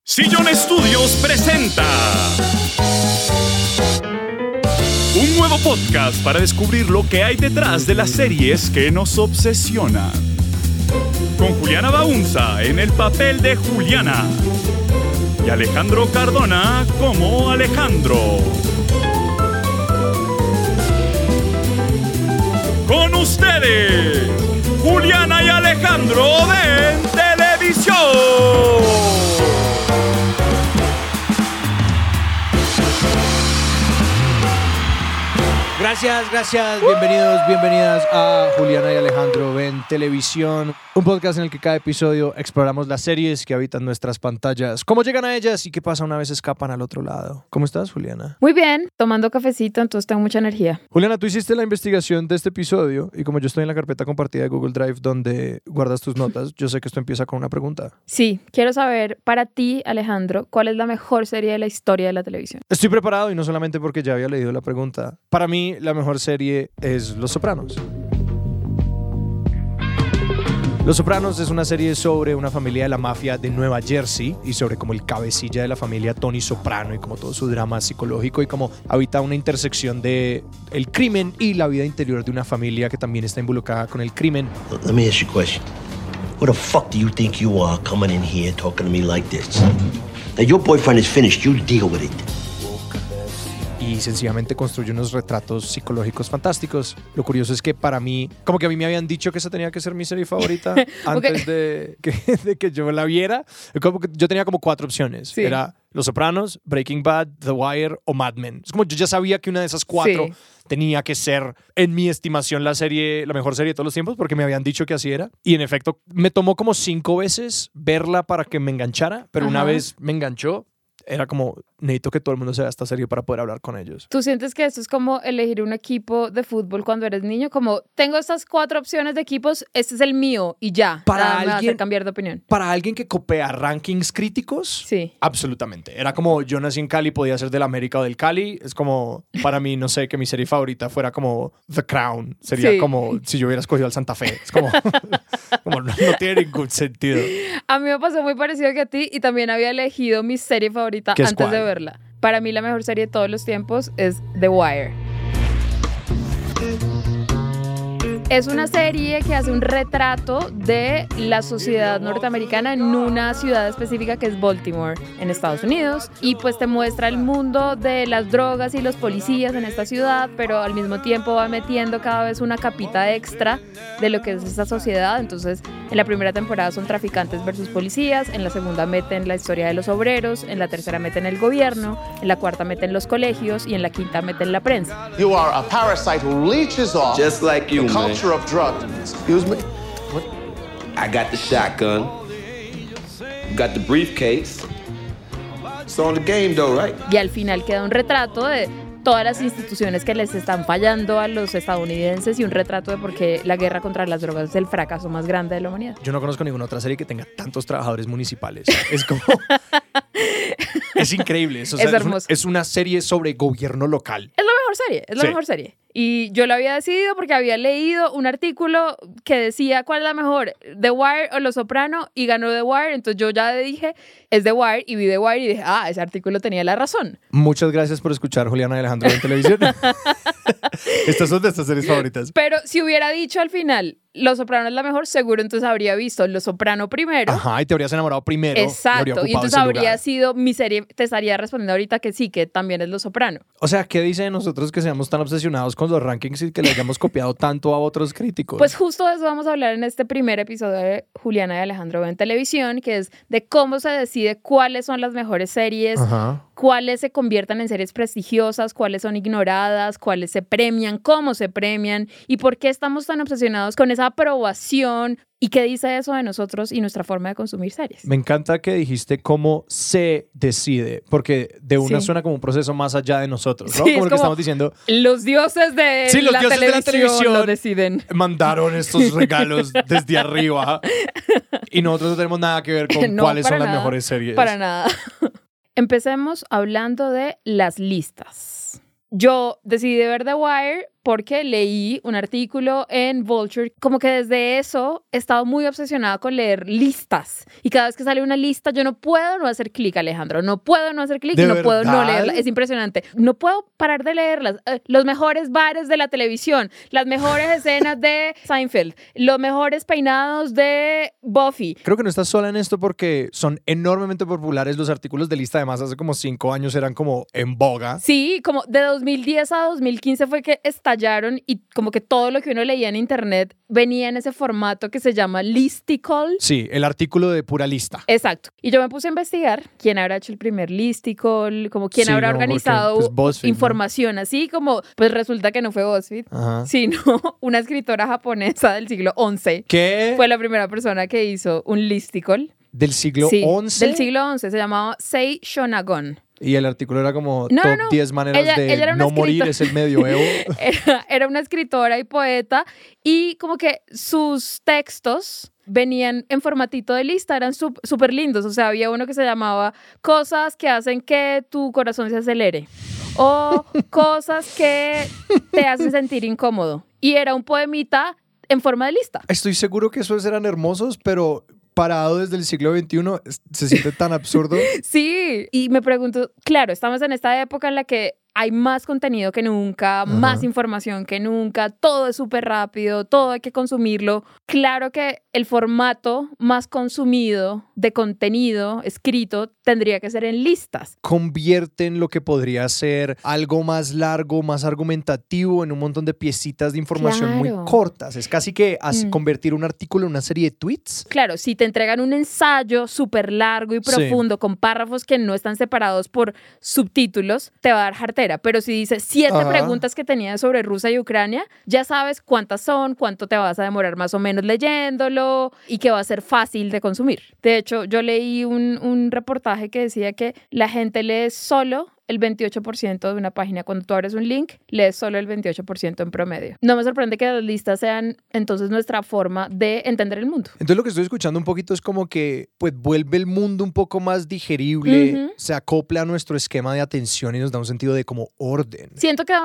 Sillón Estudios presenta un nuevo podcast para descubrir lo que hay detrás de las series que nos obsesionan. Con Juliana Baunza en el papel de Juliana y Alejandro Cardona como Alejandro. Con ustedes, Juliana y Alejandro de Televisión. Gracias, bienvenidas a Juliana y Alejandro ven Televisión, un podcast en el que cada episodio exploramos las series que habitan nuestras pantallas, cómo llegan a ellas y qué pasa una vez escapan al otro lado. ¿Cómo estás, Juliana? Muy bien, tomando cafecito, entonces tengo mucha energía. Juliana, tú hiciste la investigación de este episodio y como yo estoy en la carpeta compartida de Google Drive donde guardas tus notas, yo sé que esto empieza con una pregunta. Sí, quiero saber para ti, Alejandro, ¿cuál es la mejor serie de la historia de la televisión? Estoy preparado y no solamente porque ya había leído la pregunta. Para mí, la mejor serie es Los Sopranos. Los Sopranos es una serie sobre una familia de la mafia de Nueva Jersey y sobre como el cabecilla de la familia Tony Soprano y como todo su drama psicológico y como habita una intersección de el crimen y la vida interior de una familia que también está involucrada con el crimen. Let me ask you a question. Who the fuck do you think you are coming in here talking to me like this? Now your boyfriend is finished. You deal with it. Y sencillamente construye unos retratos psicológicos fantásticos. Lo curioso es que para mí, como que a mí me habían dicho que esa tenía que ser mi serie favorita antes de que yo la viera. Como que yo tenía como 4 opciones. Sí. Era Los Sopranos, Breaking Bad, The Wire o Mad Men. Es como yo ya sabía que una de esas 4 tenía que ser, en mi estimación, la mejor serie de todos los tiempos porque me habían dicho que así era. Y en efecto, me tomó como 5 veces verla para que me enganchara, pero una vez me enganchó. Era como, necesito que todo el mundo se vea esta serie para poder hablar con ellos. ¿Tú sientes que esto es como elegir un equipo de fútbol cuando eres niño? Como, tengo estas 4 opciones de equipos, este es el mío y ya. Para me va a hacer cambiar de opinión. Para alguien que copia rankings críticos, sí. Absolutamente. Era como, yo nací en Cali, podía ser del América o del Cali. Es como, para mí, no sé, que mi serie favorita fuera como The Crown. Sería como si yo hubiera escogido al Santa Fe. Es como, como no tiene ningún sentido. A mí me pasó muy parecido que a ti y también había elegido mi serie favorita antes de verla. Para mí la mejor serie de todos los tiempos es The Wire. Es una serie que hace un retrato de la sociedad norteamericana en una ciudad específica que es Baltimore, en Estados Unidos. Y pues te muestra el mundo de las drogas y los policías en esta ciudad, pero al mismo tiempo va metiendo cada vez una capita extra de lo que es esta sociedad. Entonces, en la primera temporada son traficantes versus policías, en la segunda meten la historia de los obreros, en la tercera meten el gobierno, en la cuarta meten los colegios y en la quinta meten la prensa. You are a parasite who leeches off just like you, the culture of drugs. Excuse me? What? I got the shotgun. Got the briefcase. It's on the game though, right? Y al final queda un retrato de todas las instituciones que les están fallando a los estadounidenses y un retrato de por qué la guerra contra las drogas es el fracaso más grande de la humanidad. Yo no conozco ninguna otra serie que tenga tantos trabajadores municipales. Es como... es increíble. O sea, es hermoso. Es una serie sobre gobierno local. Es la mejor serie. Y yo lo había decidido porque había leído un artículo que decía cuál es la mejor, The Wire o Los Soprano, y ganó The Wire. Entonces yo ya dije, es The Wire, y vi The Wire y dije, ese artículo tenía la razón. Muchas gracias por escuchar Juliana y Alejandro en televisión. Estas son de estas series favoritas. Pero si hubiera dicho al final, Los Soprano es la mejor, seguro entonces habría visto Los Soprano primero. Ajá, y te habrías enamorado primero. Exacto, y entonces habría sido mi serie, te estaría respondiendo ahorita que sí, que también es Los Soprano. O sea, ¿qué dice de nosotros que seamos tan obsesionados con los rankings y que le hayamos copiado tanto a otros críticos? Pues justo de eso vamos a hablar en este primer episodio de Juliana y Alejandro ven Televisión, que es de cómo se decide cuáles son las mejores series, cuáles se conviertan en series prestigiosas, cuáles son ignoradas, cuáles se premian, cómo se premian y por qué estamos tan obsesionados con esa aprobación. ¿Y qué dice eso de nosotros y nuestra forma de consumir series? Me encanta que dijiste cómo se decide, porque de una suena como un proceso más allá de nosotros, ¿no? Sí, como lo que estamos diciendo. Los dioses de la televisión lo deciden. Mandaron estos regalos desde arriba y nosotros no tenemos nada que ver con cuáles son las mejores series. Para nada. Empecemos hablando de las listas. Yo decidí ver The Wire porque leí un artículo en Vulture, como que desde eso he estado muy obsesionada con leer listas. Y cada vez que sale una lista, yo no puedo no hacer clic, Alejandro. No puedo no hacer clic y no puedo no leerla. Es impresionante. No puedo parar de leerlas. Los mejores bares de la televisión, las mejores escenas de Seinfeld, los mejores peinados de Buffy. Creo que no estás sola en esto porque son enormemente populares los artículos de lista. Además, hace como 5 años eran como en boga. Sí, como de 2010 a 2015 fue que estallaron y como que todo lo que uno leía en internet venía en ese formato que se llama listicle. Sí, el artículo de pura lista. Exacto. Y yo me puse a investigar quién habrá hecho el primer listicle, como quién habrá organizado porque, pues, BuzzFeed, información, ¿no? Así como, pues resulta que no fue BuzzFeed, sino una escritora japonesa del siglo XI. ¿Qué? Fue la primera persona que hizo un listicle. ¿Del siglo XI? Del siglo XI. Se llamaba Sei Shonagon. Y el artículo era como top 10 maneras de no morir, es el medioevo. Era una escritora y poeta y como que sus textos venían en formatito de lista, eran súper lindos. O sea, había uno que se llamaba Cosas que hacen que tu corazón se acelere o Cosas que te hacen sentir incómodo. Y era un poemita en forma de lista. Estoy seguro que esos eran hermosos, pero parado desde el siglo XXI se siente tan absurdo. Sí, y me pregunto, claro, estamos en esta época en la que hay más contenido que nunca, más información que nunca, todo es súper rápido, todo hay que consumirlo. Claro que el formato más consumido de contenido escrito tendría que ser en listas. Convierten lo que podría ser algo más largo, más argumentativo en un montón de piecitas de información muy cortas. Es casi que convertir un artículo en una serie de tweets. Claro, si te entregan un ensayo súper largo y profundo con párrafos que no están separados por subtítulos, te va a dar jartera. Pero si dices 7 preguntas que tenías sobre Rusia y Ucrania, ya sabes cuántas son, cuánto te vas a demorar más o menos leyéndolo y que va a ser fácil de consumir. De hecho, yo leí un reportaje que decía que la gente lee solo el 28% de una página. Cuando tú abres un link, lees solo el 28% en promedio. No me sorprende que las listas sean entonces nuestra forma de entender el mundo. Entonces lo que estoy escuchando un poquito es como que pues vuelve el mundo un poco más digerible, se acopla a nuestro esquema de atención y nos da un sentido de como orden. Siento que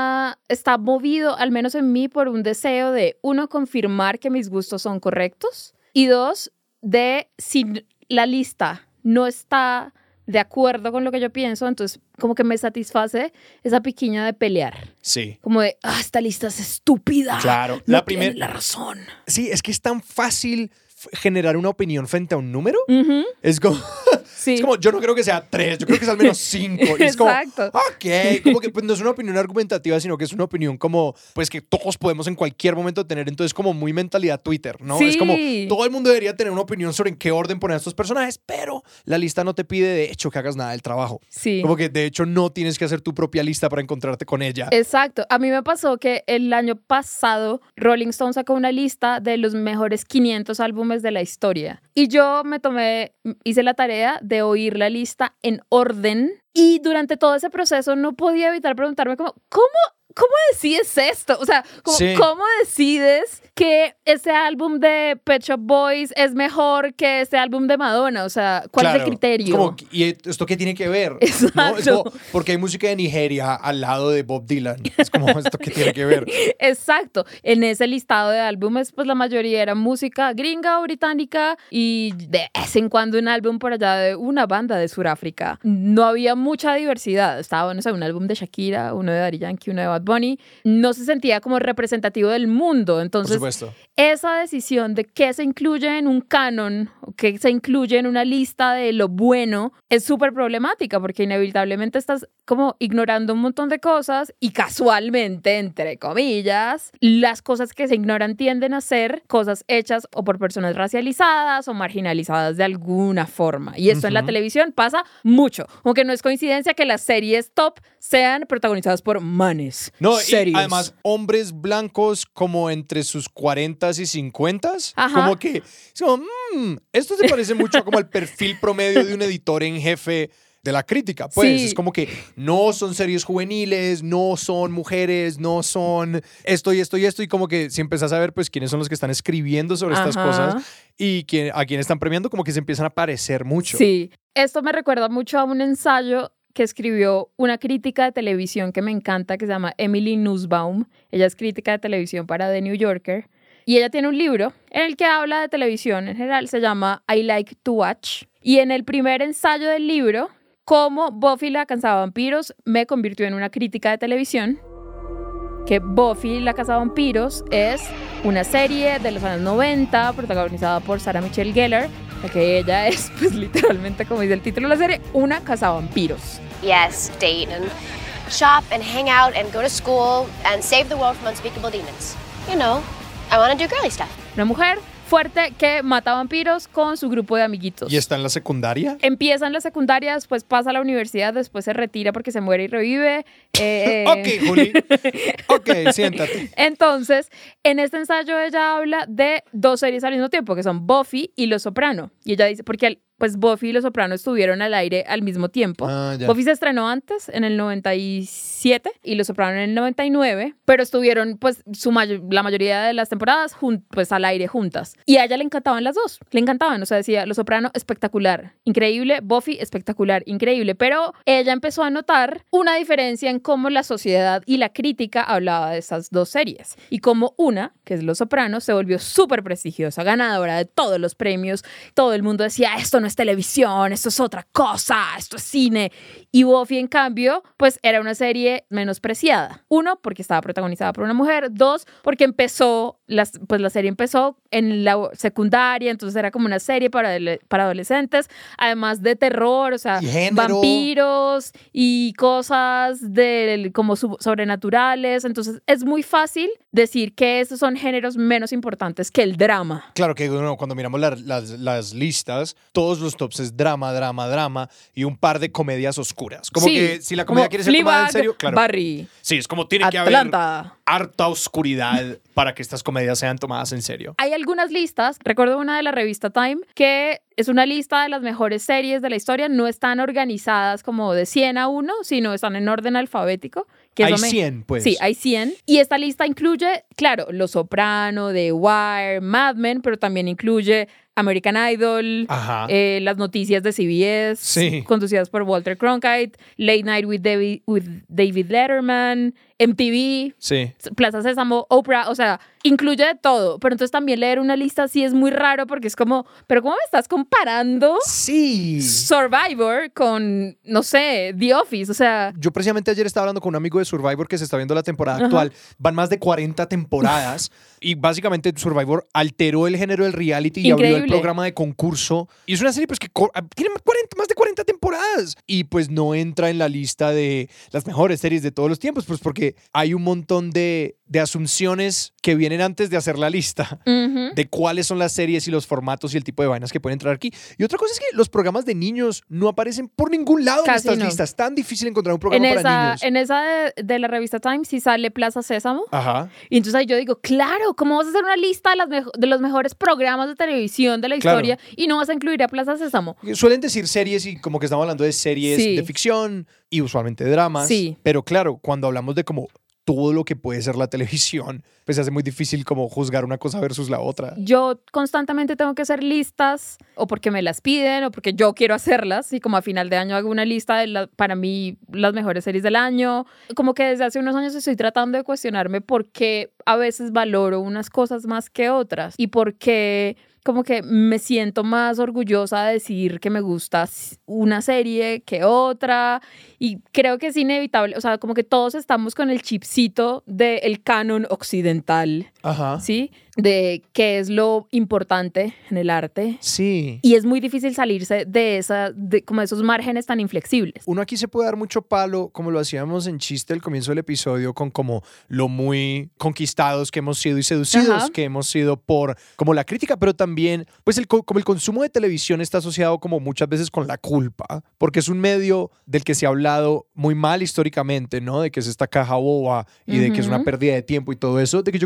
está movido, al menos en mí, por un deseo de, 1, confirmar que mis gustos son correctos y 2, de si la lista no está de acuerdo con lo que yo pienso, entonces como que me satisface esa piquiña de pelear. Sí. Como de, esta lista es estúpida. Claro. No tiene la razón. Sí, es que es tan fácil generar una opinión frente a un número. Es como... Sí. Es como, yo no creo que sea 3, yo creo que es al menos 5. Y es como, exacto. Ok, como que pues no es una opinión argumentativa, sino que es una opinión como, pues que todos podemos en cualquier momento tener, entonces como muy mentalidad Twitter, ¿no? Sí. Es como, todo el mundo debería tener una opinión sobre en qué orden poner a estos personajes, pero la lista no te pide de hecho que hagas nada del trabajo. Sí. Como que de hecho no tienes que hacer tu propia lista para encontrarte con ella. Exacto. A mí me pasó que el año pasado Rolling Stone sacó una lista de los mejores 500 álbumes de la historia. Y yo hice la tarea de oír la lista en orden y durante todo ese proceso no podía evitar preguntarme ¿cómo decides esto? O sea, ¿cómo decides que ese álbum de Pet Shop Boys es mejor que ese álbum de Madonna? O sea, ¿cuál es el criterio? Como, ¿y esto qué tiene que ver? Exacto. ¿No? Es como, porque hay música de Nigeria al lado de Bob Dylan. Es como, ¿esto qué tiene que ver? Exacto. En ese listado de álbumes, pues la mayoría era música gringa o británica y de vez en cuando un álbum por allá de una banda de Sudáfrica. No había mucha diversidad. Estaba, no sé, un álbum de Shakira, uno de Daddy Yankee, uno de Bad Bunny. No se sentía como representativo del mundo. Entonces, esa decisión de qué se incluye en un canon o qué se incluye en una lista de lo bueno es súper problemática porque inevitablemente estás como ignorando un montón de cosas y casualmente, entre comillas, las cosas que se ignoran tienden a ser cosas hechas o por personas racializadas o marginalizadas de alguna forma. Y esto en la televisión pasa mucho. Aunque no es coincidencia que las series top sean protagonizadas por manes. No, series. Y además hombres blancos como entre sus 40s y 50s. Como que, es como, esto se parece mucho como al perfil promedio de un editor en jefe de la crítica, pues. Es como que no son series juveniles, no son mujeres, no son esto y esto y esto, y como que si empiezas a ver, pues, quiénes son los que están escribiendo sobre estas cosas y a quién están premiando, como que se empiezan a parecer mucho. Sí, esto me recuerda mucho a un ensayo que escribió una crítica de televisión que me encanta, que se llama Emily Nussbaum. Ella es crítica de televisión para The New Yorker. Y ella tiene un libro en el que habla de televisión en general. Se llama I Like to Watch. Y en el primer ensayo del libro, cómo Buffy la cazavampiros me convirtió en una crítica de televisión. Que Buffy la cazavampiros es una serie de los años 90 protagonizada por Sarah Michelle Gellar, que ella es, pues literalmente, como dice el título de la serie, una cazavampiros. Yes, date and shop and hang out and go to school and save the world from unspeakable demons. You know, I want to do girly stuff. Una mujer fuerte que mata vampiros con su grupo de amiguitos. ¿Y está en la secundaria? Empieza en la secundaria, después pasa a la universidad, después se retira porque se muere y revive. Ok, Juli. Ok, siéntate. Entonces, en este ensayo ella habla de 2 series al mismo tiempo, que son Buffy y Los Soprano. Y ella dice, porque pues Buffy y Los Soprano estuvieron al aire al mismo tiempo. Buffy se estrenó antes, en el 97, y Los Soprano en el 99, pero estuvieron pues la mayoría de las temporadas pues al aire juntas. Y a ella le encantaban las dos, le encantaban, o sea, decía Los Soprano espectacular, increíble, Buffy espectacular, increíble, pero ella empezó a notar una diferencia en cómo la sociedad y la crítica hablaba de esas 2 series, y cómo una, que es Los Soprano, se volvió súper prestigiosa, ganadora de todos los premios, todo el mundo decía, esto no es televisión, esto es otra cosa, esto es cine. Y Buffy, en cambio, pues era una serie menospreciada. 1, porque estaba protagonizada por una mujer. 2, porque la serie empezó en la secundaria, entonces era como una serie para adolescentes, además de terror, o sea, vampiros y cosas como sobrenaturales. Entonces es muy fácil decir que esos son géneros menos importantes que el drama. Claro que cuando miramos las listas, todos los tops es drama, drama, drama y un par de comedias oscuras. Como que si la comedia quiere ser tomada en serio, claro. Barry. Sí, es como tiene Atlanta. que haber harta oscuridad para que estas comedias sean tomadas en serio. Hay algunas listas, recuerdo una de la revista Time, que es una lista de las mejores series de la historia, no están organizadas como de 100 a 1, sino están en orden alfabético. Hay 100, pues. Sí, hay 100. Y esta lista incluye, claro, Los Soprano, The Wire, Mad Men, pero también incluye American Idol, las noticias de CBS, conducidas por Walter Cronkite, Late Night with David Letterman, MTV, Plaza Sésamo, Oprah, o sea, incluye de todo. Pero entonces también leer una lista así es muy raro porque es como, ¿pero cómo me estás comparando Survivor con, no sé, The Office? O sea... Yo precisamente ayer estaba hablando con un amigo de Survivor que se está viendo la temporada actual. Van más de 40 temporadas y básicamente Survivor alteró el género del reality y abrió el programa de concurso. Y es una serie pues que tiene más de 40 temporadas y pues no entra en la lista de las mejores series de todos los tiempos, pues porque hay un montón de asunciones que vienen antes de hacer la lista de cuáles son las series y los formatos y el tipo de vainas que pueden entrar aquí. Y otra cosa es que los programas de niños no aparecen por ningún lado en estas listas. Es tan difícil encontrar un programa para niños. En esa de la revista Time sí sale Plaza Sésamo. Y entonces ahí yo digo, claro, ¿cómo vas a hacer una lista de los mejores programas de televisión de la historia y no vas a incluir a Plaza Sésamo? Suelen decir series y como que estamos hablando de series de ficción y usualmente de dramas. Pero claro, cuando hablamos de como todo lo que puede ser la televisión, pues se hace muy difícil como juzgar una cosa versus la otra. Yo constantemente tengo que hacer listas, o porque me las piden, o porque yo quiero hacerlas, y como a final de año hago una lista de para mí las mejores series del año. Como que desde hace unos años estoy tratando de cuestionarme por qué a veces valoro unas cosas más que otras, y por qué como que me siento más orgullosa de decir que me gusta una serie que otra, y creo que es inevitable, o sea, como que todos estamos con el chipcito del canon occidental, ¿sí? De qué es lo importante en el arte. Sí. Y es muy difícil salirse de como esos márgenes tan inflexibles. Uno aquí se puede dar mucho palo, como lo hacíamos en chiste al comienzo del episodio, con como lo muy conquistados que hemos sido y seducidos que hemos sido por como la crítica, pero también pues como el consumo de televisión está asociado como muchas veces con la culpa, porque es un medio del que se ha hablado muy mal históricamente, ¿no? De que es esta caja boba y de que es una pérdida de tiempo y todo eso, de que yo creo que uno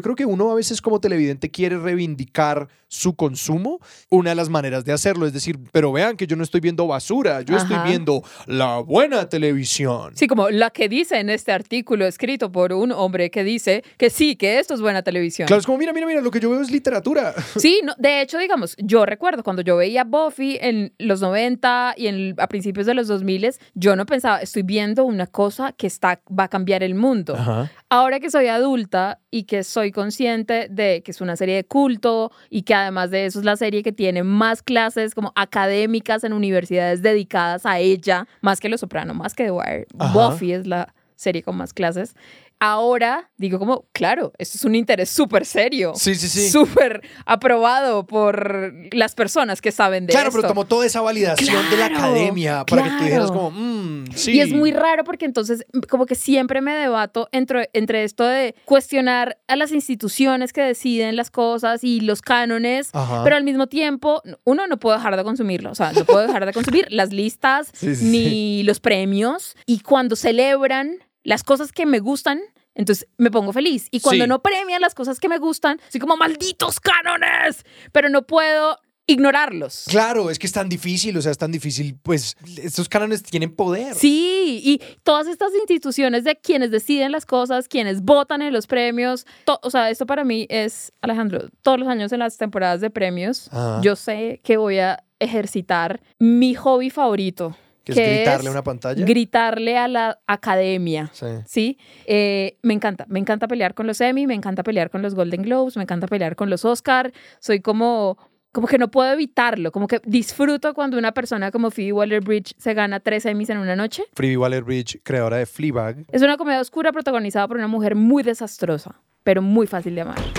uno a veces como televidente quiere reivindicar su consumo, una de las maneras de hacerlo es decir, pero vean que yo no estoy viendo basura, yo estoy viendo la buena televisión. Sí, como la que dice en este artículo escrito por un hombre que dice que sí, que esto es buena televisión. Claro, es como, mira, lo que yo veo es literatura. Sí, no, de hecho, digamos, yo recuerdo cuando yo veía Buffy en los 90 y a principios de los 2000, yo no pensaba, estoy viendo una cosa que va a cambiar el mundo. Ajá. Ahora que soy adulta y que soy consciente de que es una serie de culto y que además de eso es la serie que tiene más clases como académicas en universidades dedicadas a ella, más que Los Soprano, más que The Wire. Ajá. Buffy es la serie con más clases. Ahora digo como, claro, esto es un interés súper serio. Sí. Súper aprobado por las personas que saben de esto. Claro, pero tomó toda esa validación de la academia para que tú dijeras como, sí. Y es muy raro porque entonces como que siempre me debato entre esto de cuestionar a las instituciones que deciden las cosas y los cánones, pero al mismo tiempo uno no puede dejar de consumirlo. O sea, no puedo dejar de consumir las listas ni los premios. Y cuando celebran las cosas que me gustan, entonces me pongo feliz. Y cuando no premian las cosas que me gustan, soy como, ¡malditos cánones! Pero no puedo ignorarlos. Claro, es que es tan difícil, pues estos cánones tienen poder. Sí, y todas estas instituciones de quienes deciden las cosas, quienes votan en los premios, o sea, esto para mí es, Alejandro, todos los años en las temporadas de premios, yo sé que voy a ejercitar mi hobby favorito. ¿Que es gritarle a una pantalla? Gritarle a la academia. ¿Sí? Me encanta pelear con los Emmy, me encanta pelear con los Golden Globes, me encanta pelear con los Oscar. Soy como que no puedo evitarlo, como que disfruto cuando una persona como Phoebe Waller-Bridge se gana 3 Emmys en una noche. Phoebe Waller-Bridge, creadora de Fleabag. Es una comedia oscura protagonizada por una mujer muy desastrosa, pero muy fácil de amar.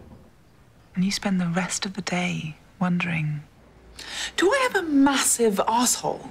And you spend the rest of the day wondering, do I have a massive asshole?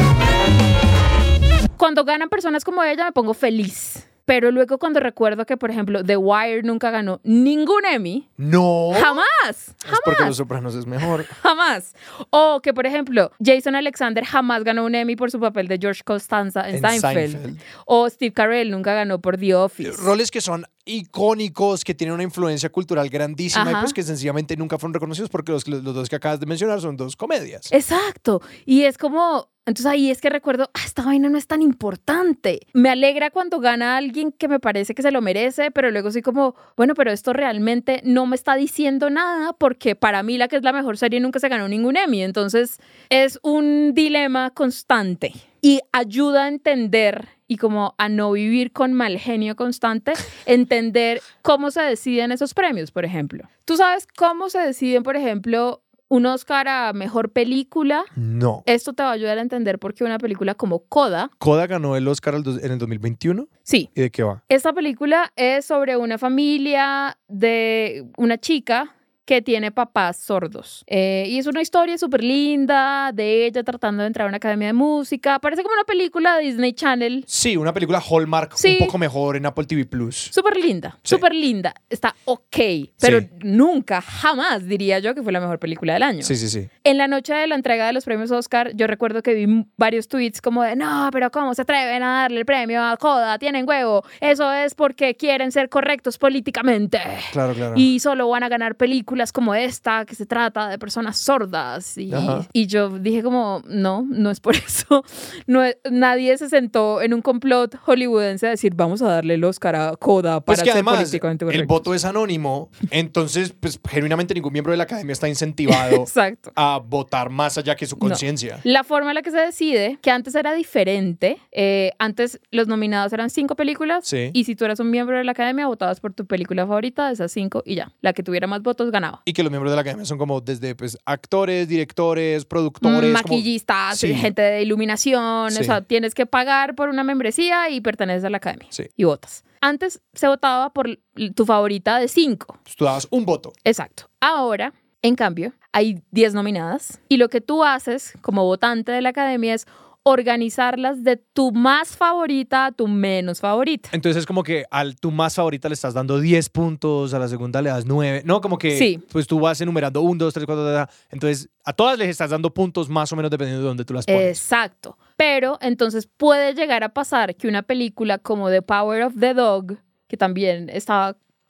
Cuando ganan personas como ella me pongo feliz. Pero luego cuando recuerdo que, por ejemplo, The Wire nunca ganó ningún Emmy. ¡No! ¡Jamás! Es porque Los Sopranos es mejor. ¡Jamás! O que, por ejemplo, Jason Alexander jamás ganó un Emmy por su papel de George Costanza en Seinfeld. O Steve Carell nunca ganó por The Office. Roles que son icónicos, que tienen una influencia cultural grandísima y pues que sencillamente nunca fueron reconocidos porque los dos que acabas de mencionar son 2 comedias. Exacto. Y es como... Entonces ahí es que recuerdo, esta vaina no es tan importante. Me alegra cuando gana alguien que me parece que se lo merece, pero luego soy como, bueno, pero esto realmente no me está diciendo nada porque para mí la que es la mejor serie nunca se ganó ningún Emmy. Entonces es un dilema constante y ayuda a entender y como a no vivir con mal genio constante, entender cómo se deciden esos premios, por ejemplo. ¿Tú sabes cómo se deciden, por ejemplo, un Oscar a Mejor Película? No. Esto te va a ayudar a entender por qué una película como Coda... ¿Coda ganó el Oscar en el 2021? Sí. ¿Y de qué va? Esta película es sobre una familia de una chica que tiene papás sordos. Y es una historia súper linda de ella tratando de entrar a una academia de música. Parece como una película de Disney Channel. Sí, una película Hallmark un poco mejor en Apple TV+. Súper linda, súper linda. Está ok, pero nunca, jamás diría yo que fue la mejor película del año. Sí. En la noche de la entrega de los premios Oscar, yo recuerdo que vi varios tweets como de, no, pero ¿cómo se atreven a darle el premio a Coda? Tienen huevo. Eso es porque quieren ser correctos políticamente. Claro. Y solo van a ganar películas como esta, que se trata de personas sordas. Y yo dije como, no es por eso. Nadie se sentó en un complot hollywoodense a decir, vamos a darle el Oscar a Coda para pues que ser además, políticamente correcto. El voto es anónimo, entonces, pues, genuinamente ningún miembro de la academia está incentivado a votar más allá que su conciencia. No. La forma en la que se decide, que antes era diferente, antes los nominados eran 5 películas, y si tú eras un miembro de la academia, votabas por tu película favorita de esas 5 y ya. La que tuviera más votos ganaba. Y que los miembros de la academia son como desde pues, actores, directores, productores. Maquillistas, gente de iluminación. O sea, tienes que pagar por una membresía y perteneces a la academia. Y votas. Antes se votaba por tu favorita de 5. Tú dabas un voto. Exacto. Ahora, en cambio, hay 10 nominadas. Y lo que tú haces como votante de la academia es organizarlas de tu más favorita a tu menos favorita. Entonces es como que a tu más favorita le estás dando 10 puntos, a la segunda le das 9, ¿no? Como que pues tú vas enumerando 1, 2, 3, 4, entonces a todas les estás dando puntos más o menos dependiendo de dónde tú las pones. Exacto. Pero entonces puede llegar a pasar que una película como The Power of the Dog, que también estaba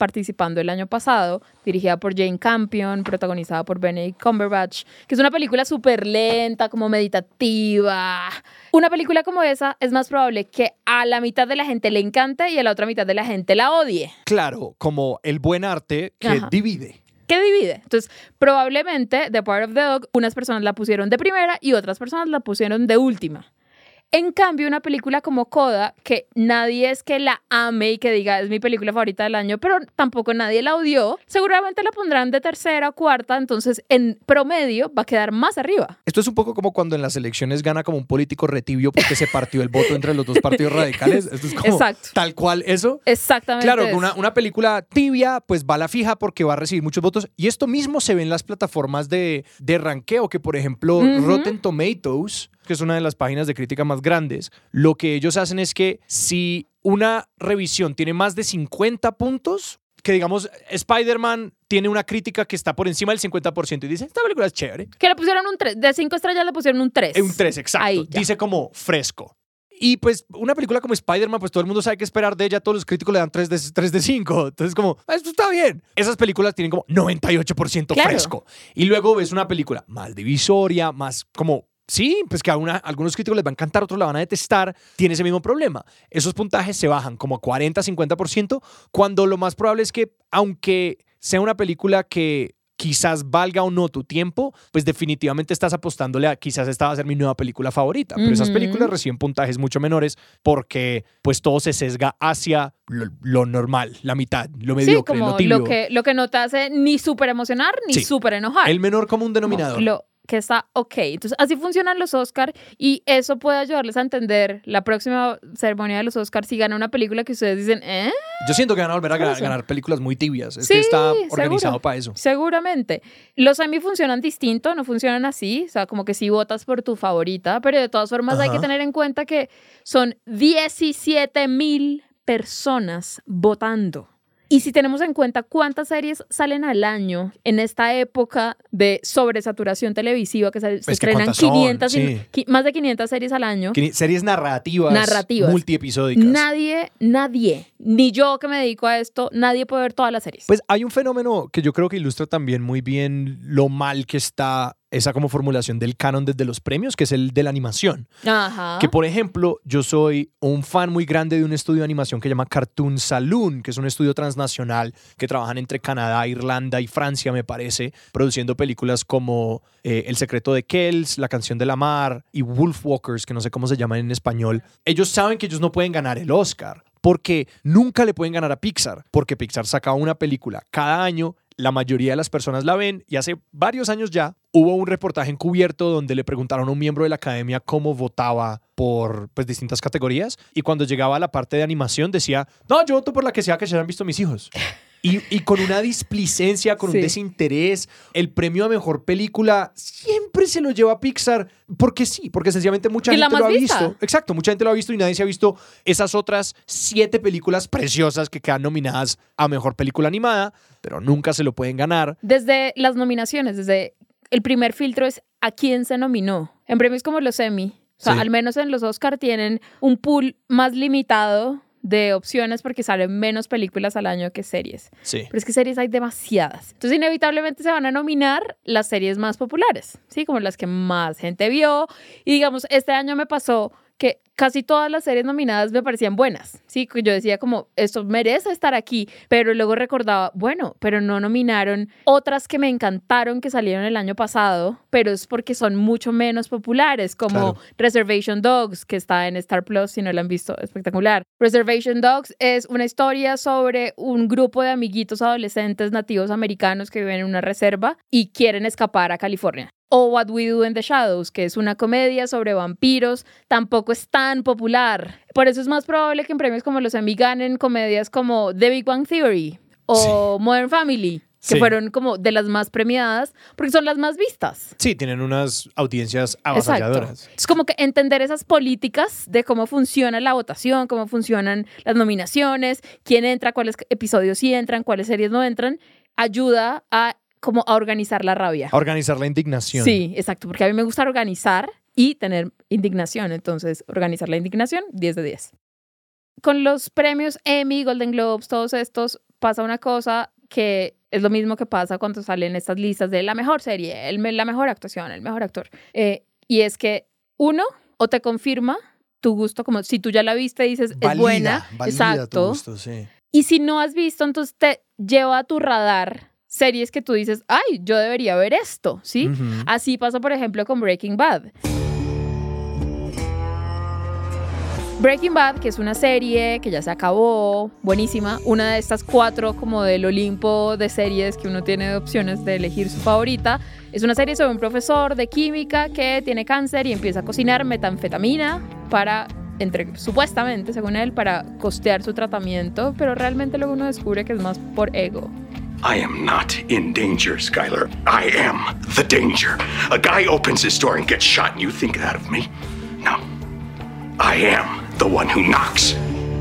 participando el año pasado, dirigida por Jane Campion, protagonizada por Benedict Cumberbatch, que es una película súper lenta, como meditativa. Una película como esa es más probable que a la mitad de la gente le encante y a la otra mitad de la gente la odie. Claro, como el buen arte que divide. ¿Qué divide? Entonces, probablemente The Power of the Dog, unas personas la pusieron de primera y otras personas la pusieron de última. En cambio, una película como Coda, que nadie es que la ame y que diga es mi película favorita del año, pero tampoco nadie la odió, seguramente la pondrán de tercera o cuarta, entonces en promedio va a quedar más arriba. Esto es un poco como cuando en las elecciones gana como un político retibio porque se partió el voto entre los dos partidos radicales. Esto es como tal cual eso. Exactamente. Claro, una película tibia pues va a la fija porque va a recibir muchos votos. Y esto mismo se ve en las plataformas de ranqueo, que por ejemplo Rotten Tomatoes, que es una de las páginas de crítica más grandes, lo que ellos hacen es que si una revisión tiene más de 50 puntos, que digamos Spider-Man tiene una crítica que está por encima del 50% y dice, esta película es chévere. Que le pusieron un 3, de 5 estrellas le pusieron un 3. Un 3, exacto. Ahí, dice como fresco. Y pues una película como Spider-Man, pues todo el mundo sabe qué esperar de ella, todos los críticos le dan 3 de 5. Entonces como, esto está bien. Esas películas tienen como 98% fresco. Y luego ves una película más divisoria, más como... Sí, pues que a algunos críticos les va a encantar, otros la van a detestar, tiene ese mismo problema. Esos puntajes se bajan como a 40-50%, cuando lo más probable es que, aunque sea una película que quizás valga o no tu tiempo, pues definitivamente estás apostándole a quizás esta va a ser mi nueva película favorita. Pero esas películas reciben puntajes mucho menores porque pues todo se sesga hacia lo normal, la mitad, lo mediocre, como lo tibio. Lo que no te hace ni súper emocionar ni súper enojar. El menor común denominador. Lo que está ok. Entonces, así funcionan los Oscar y eso puede ayudarles a entender la próxima ceremonia de los Oscar si gana una película que ustedes dicen, Yo siento que van a volver a ganar películas muy tibias. Es que está organizado para eso. Seguramente. Los Emmy funcionan distinto, no funcionan así. O sea, como que sí votas por tu favorita, pero de todas formas hay que tener en cuenta que son 17,000 personas votando. Y si tenemos en cuenta cuántas series salen al año en esta época de sobresaturación televisiva, que se estrenan más de 500 series al año. Series narrativas. Multiepisódicas. Nadie, ni yo que me dedico a esto, nadie puede ver todas las series. Pues hay un fenómeno que yo creo que ilustra también muy bien lo mal que está esa como formulación del canon desde los premios, que es el de la animación. Ajá. Que, por ejemplo, yo soy un fan muy grande de un estudio de animación que se llama Cartoon Saloon, que es un estudio transnacional que trabajan entre Canadá, Irlanda y Francia, me parece, produciendo películas como El secreto de Kells, La canción de la mar y Wolfwalkers, que no sé cómo se llaman en español. Ellos saben que ellos no pueden ganar el Oscar, porque nunca le pueden ganar a Pixar, porque Pixar saca una película cada año, la mayoría de las personas la ven y hace varios años ya hubo un reportaje encubierto donde le preguntaron a un miembro de la academia cómo votaba por pues, distintas categorías y cuando llegaba a la parte de animación decía, no, yo voto por la que sea que se hayan visto mis hijos. Y con una displicencia, con un desinterés, el premio a mejor película siempre se lo lleva a Pixar, porque sencillamente mucha gente lo ha visto. Exacto, mucha gente lo ha visto y nadie se ha visto esas otras 7 películas preciosas que quedan nominadas a mejor película animada, pero nunca se lo pueden ganar. Desde las nominaciones, desde el primer filtro es a quién se nominó. En premios como los Emmy, o sea, al menos en los Oscar tienen un pool más limitado de opciones porque salen menos películas al año que series. Sí. Pero es que series hay demasiadas. Entonces, inevitablemente se van a nominar las series más populares, ¿sí? Como las que más gente vio. Y digamos, este año me pasó que casi todas las series nominadas me parecían buenas, ¿sí? Yo decía como, esto merece estar aquí, pero luego recordaba, bueno, pero no nominaron otras que me encantaron que salieron el año pasado, pero es porque son mucho menos populares, como Reservation Dogs, que está en Star Plus, si no la han visto, espectacular. Reservation Dogs es una historia sobre un grupo de amiguitos adolescentes nativos americanos que viven en una reserva y quieren escapar a California. O What We Do in the Shadows, que es una comedia sobre vampiros, tampoco es tan popular. Por eso es más probable que en premios como los Emmy ganen comedias como The Big Bang Theory o Modern Family, que fueron como de las más premiadas, porque son las más vistas. Sí, tienen unas audiencias avasalladoras. Exacto. Es como que entender esas políticas de cómo funciona la votación, cómo funcionan las nominaciones, quién entra, cuáles episodios sí entran, cuáles series no entran, ayuda a como a organizar la rabia. A organizar la indignación. Sí, exacto, porque a mí me gusta organizar y tener indignación, entonces organizar la indignación, 10 de 10. Con los premios Emmy, Golden Globes, todos estos, pasa una cosa que es lo mismo que pasa cuando salen estas listas de la mejor serie, la mejor actuación, el mejor actor. Y es que uno, o te confirma tu gusto, como si tú ya la viste y dices, es buena. Exacto. Tu gusto, sí. Y si no has visto, entonces te lleva a tu radar series que tú dices, ay, yo debería ver esto, ¿sí? Uh-huh. Así pasa, por ejemplo, con Breaking Bad. Breaking Bad, que es una serie que ya se acabó, buenísima, una de estas 4 como del Olimpo de series que uno tiene de opciones de elegir su favorita. Es una serie sobre un profesor de química que tiene cáncer y empieza a cocinar metanfetamina para, supuestamente, según él, para costear su tratamiento, pero realmente luego uno descubre que es más por ego. I am not in danger, Skylar. I am the danger. A guy opens his door and gets shot and you think that of me? No. I am the one who knocks.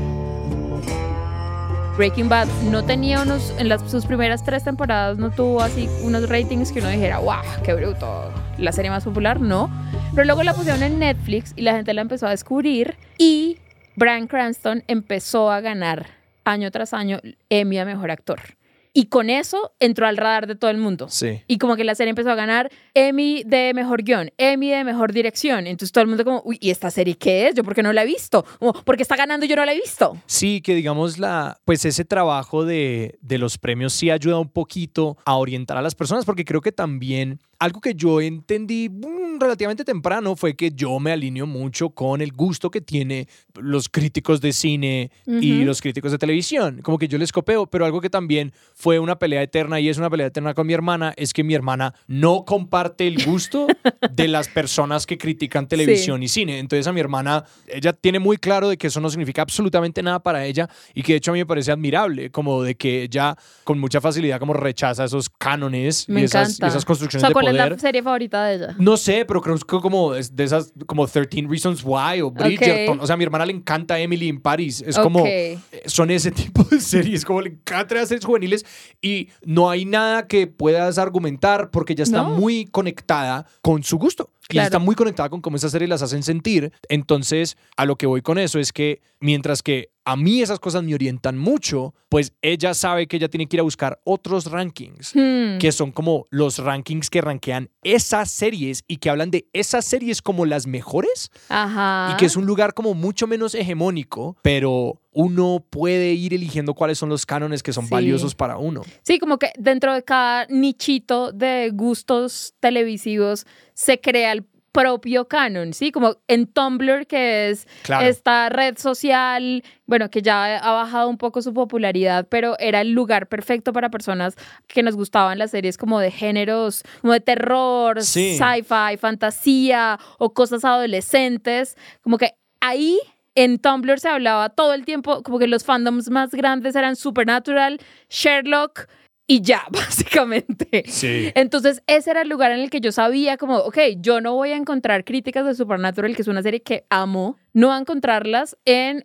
Breaking Bad no tenía sus primeras 3 temporadas no tuvo así unos ratings que uno dijera, wow, qué bruto, la serie más popular, no. Pero luego la pusieron en Netflix y la gente la empezó a descubrir y Bryan Cranston empezó a ganar año tras año Emmy a Mejor Actor. Y con eso entró al radar de todo el mundo. Sí. Y como que la serie empezó a ganar Emmy de Mejor Guión, Emmy de Mejor Dirección. Entonces todo el mundo como, uy, ¿y esta serie qué es? ¿Yo por qué no la he visto? Como, ¿por qué está ganando y yo no la he visto? Sí, que digamos pues ese trabajo de los premios sí ayuda un poquito a orientar a las personas, porque creo que también algo que yo entendí relativamente temprano fue que yo me alineo mucho con el gusto que tienen los críticos de cine y los críticos de televisión. Como que yo les copio, pero algo que también fue una pelea eterna y es una pelea eterna con mi hermana es que mi hermana no comparte el gusto de las personas que critican televisión y cine. Entonces a mi hermana, ella tiene muy claro de que eso no significa absolutamente nada para ella y que de hecho a mí me parece admirable, como de que ella con mucha facilidad como rechaza esos cánones y esas construcciones de poder. ¿Cuál es la serie favorita de ella? No sé, pero creo que como de esas como 13 Reasons Why o Bridgerton. O sea, a mi hermana le encanta Emily in Paris. Es como, son ese tipo de series, como le encanta las series juveniles y no hay nada que puedas argumentar porque ella está muy conectada con su gusto. Y está muy conectada con cómo esas series las hacen sentir. Entonces, a lo que voy con eso es que mientras que a mí esas cosas me orientan mucho, pues ella sabe que ella tiene que ir a buscar otros rankings, que son como los rankings que rankean esas series y que hablan de esas series como las mejores. Ajá. Y que es un lugar como mucho menos hegemónico, pero uno puede ir eligiendo cuáles son los cánones que son valiosos para uno. Sí, como que dentro de cada nichito de gustos televisivos se crea el propio canon, ¿sí? Como en Tumblr, que es esta red social, bueno, que ya ha bajado un poco su popularidad, pero era el lugar perfecto para personas que nos gustaban las series como de géneros, como de terror, sci-fi, fantasía o cosas adolescentes. Como que ahí en Tumblr se hablaba todo el tiempo, como que los fandoms más grandes eran Supernatural, Sherlock y ya, básicamente. Sí. Entonces, ese era el lugar en el que yo sabía como, ok, yo no voy a encontrar críticas de Supernatural, que es una serie que amo, no voy a encontrarlas en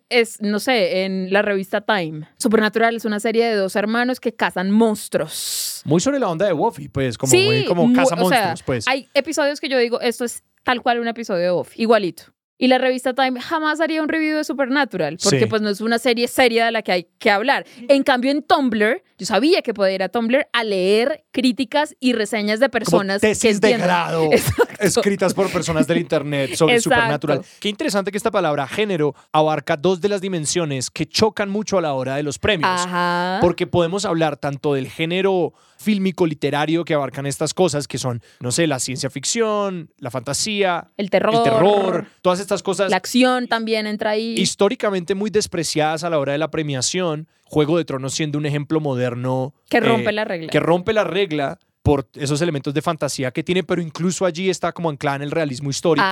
la revista Time. Supernatural es una serie de 2 hermanos que cazan monstruos. Muy sobre la onda de Buffy, pues, como muy como caza monstruos, pues. Hay episodios que yo digo, esto es tal cual un episodio de Buffy, igualito. Y la revista Time jamás haría un review de Supernatural, porque pues no es una serie seria de la que hay que hablar. En cambio, en Tumblr, yo sabía que podía ir a Tumblr a leer críticas y reseñas de personas como tesis que entiendan. De grado escritas por personas del internet sobre Supernatural. Qué interesante que esta palabra género abarca 2 de las dimensiones que chocan mucho a la hora de los premios. Ajá. Porque podemos hablar tanto del género fílmico, literario, que abarcan estas cosas que son, no sé, la ciencia ficción, la fantasía, el terror, todas estas cosas. La acción también entra ahí. Históricamente muy despreciadas a la hora de la premiación. Juego de Tronos siendo un ejemplo moderno. Que rompe la regla. Que rompe la regla por esos elementos de fantasía que tiene, pero incluso allí está como anclada en el realismo histórico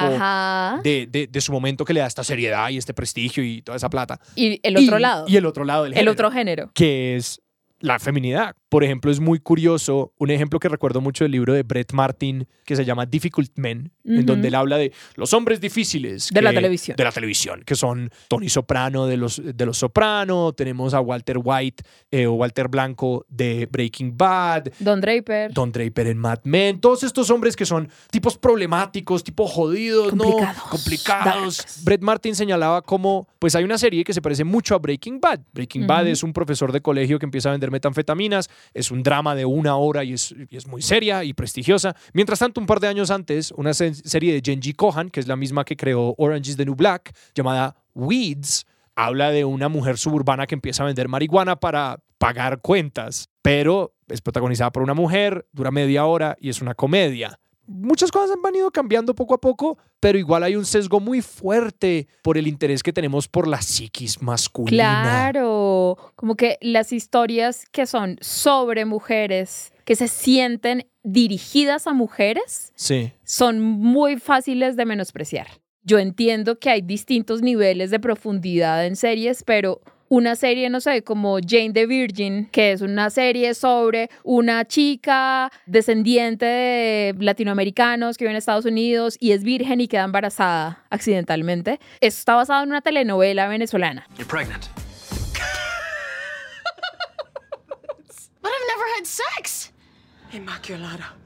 de su momento que le da esta seriedad y este prestigio y toda esa plata. Y el otro lado. Y el otro lado del género. El otro género. Que es la feminidad. Por ejemplo, es muy curioso, un ejemplo que recuerdo mucho del libro de Brett Martin, que se llama Difficult Men, en donde él habla de los hombres difíciles. De la televisión. De la televisión, que son Tony Soprano de los Soprano, tenemos a Walter White o Walter Blanco de Breaking Bad. Don Draper en Mad Men. Todos estos hombres que son tipos problemáticos, tipos jodidos, complicados. Darks. Brett Martin señalaba como, pues hay una serie que se parece mucho a Breaking Bad. Breaking Bad es un profesor de colegio que empieza a vender vender metanfetaminas. Es un drama de 1 hora y es muy seria y prestigiosa. Mientras tanto, un par de años antes, una serie de Jenji Kohan, que es la misma que creó Orange is the New Black, llamada Weeds, habla de una mujer suburbana que empieza a vender marihuana para pagar cuentas, pero es protagonizada por una mujer, dura media hora y es una comedia. Muchas cosas han venido cambiando poco a poco, pero igual hay un sesgo muy fuerte por el interés que tenemos por la psiquis masculina. Claro, como que las historias que son sobre mujeres, que se sienten dirigidas a mujeres, sí, son muy fáciles de menospreciar. Yo entiendo que hay distintos niveles de profundidad en series, pero una serie, no sé, como Jane the Virgin, que es una serie sobre una chica descendiente de latinoamericanos que vive en Estados Unidos y es virgen y queda embarazada accidentalmente. Esto está basado en una telenovela venezolana. You're pregnant. But I've never had sex. Immaculata.